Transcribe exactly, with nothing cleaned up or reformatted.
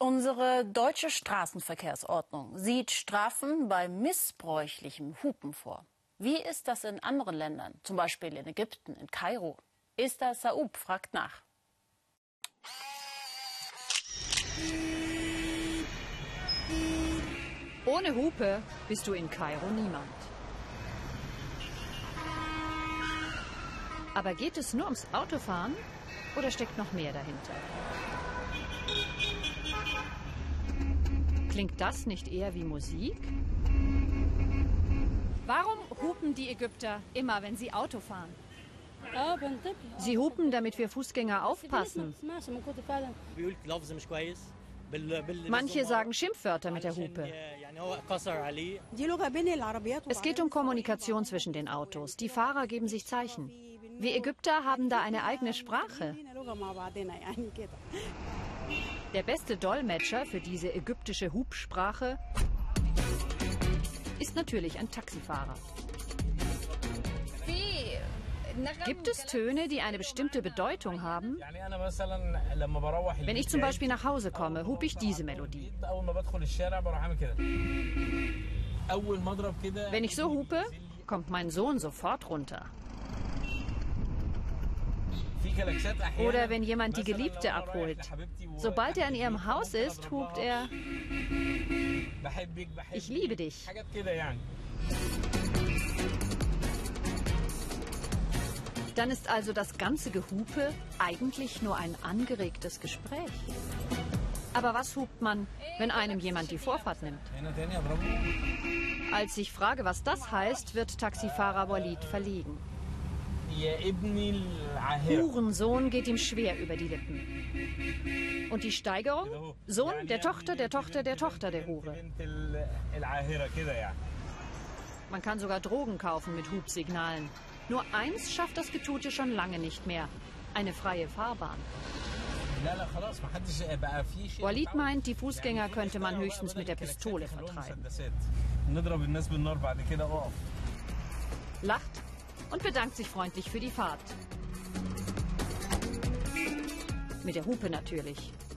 Unsere deutsche Straßenverkehrsordnung sieht Strafen bei missbräuchlichem Hupen vor. Wie ist das in anderen Ländern, zum Beispiel in Ägypten, in Kairo? Esther Saoub fragt nach. Ohne Hupe bist du in Kairo niemand. Aber geht es nur ums Autofahren oder steckt noch mehr dahinter? Klingt das nicht eher wie Musik? Warum hupen die Ägypter immer, wenn sie Auto fahren? Sie hupen, damit wir Fußgänger aufpassen. Manche sagen Schimpfwörter mit der Hupe. Es geht um Kommunikation zwischen den Autos. Die Fahrer geben sich Zeichen. Wir Ägypter haben da eine eigene Sprache. Der beste Dolmetscher für diese ägyptische Hupsprache ist natürlich ein Taxifahrer. Gibt es Töne, die eine bestimmte Bedeutung haben? Wenn ich zum Beispiel nach Hause komme, hupe ich diese Melodie. Wenn ich so hupe, kommt mein Sohn sofort runter. Oder wenn jemand die Geliebte abholt. Sobald er in ihrem Haus ist, hupt er: Ich liebe dich. Dann ist also das ganze Gehupe eigentlich nur ein angeregtes Gespräch. Aber was hupt man, wenn einem jemand die Vorfahrt nimmt? Als ich frage, was das heißt, wird Taxifahrer Walid verlegen. Hurensohn geht ihm schwer über die Lippen. Und die Steigerung? Sohn der Tochter, der Tochter, der Tochter der Hure. Man kann sogar Drogen kaufen mit Hupsignalen. Nur eins schafft das Getute schon lange nicht mehr: eine freie Fahrbahn. Walid meint, die Fußgänger könnte man höchstens mit der Pistole vertreiben. Lacht und bedankt sich freundlich für die Fahrt. Mit der Hupe natürlich.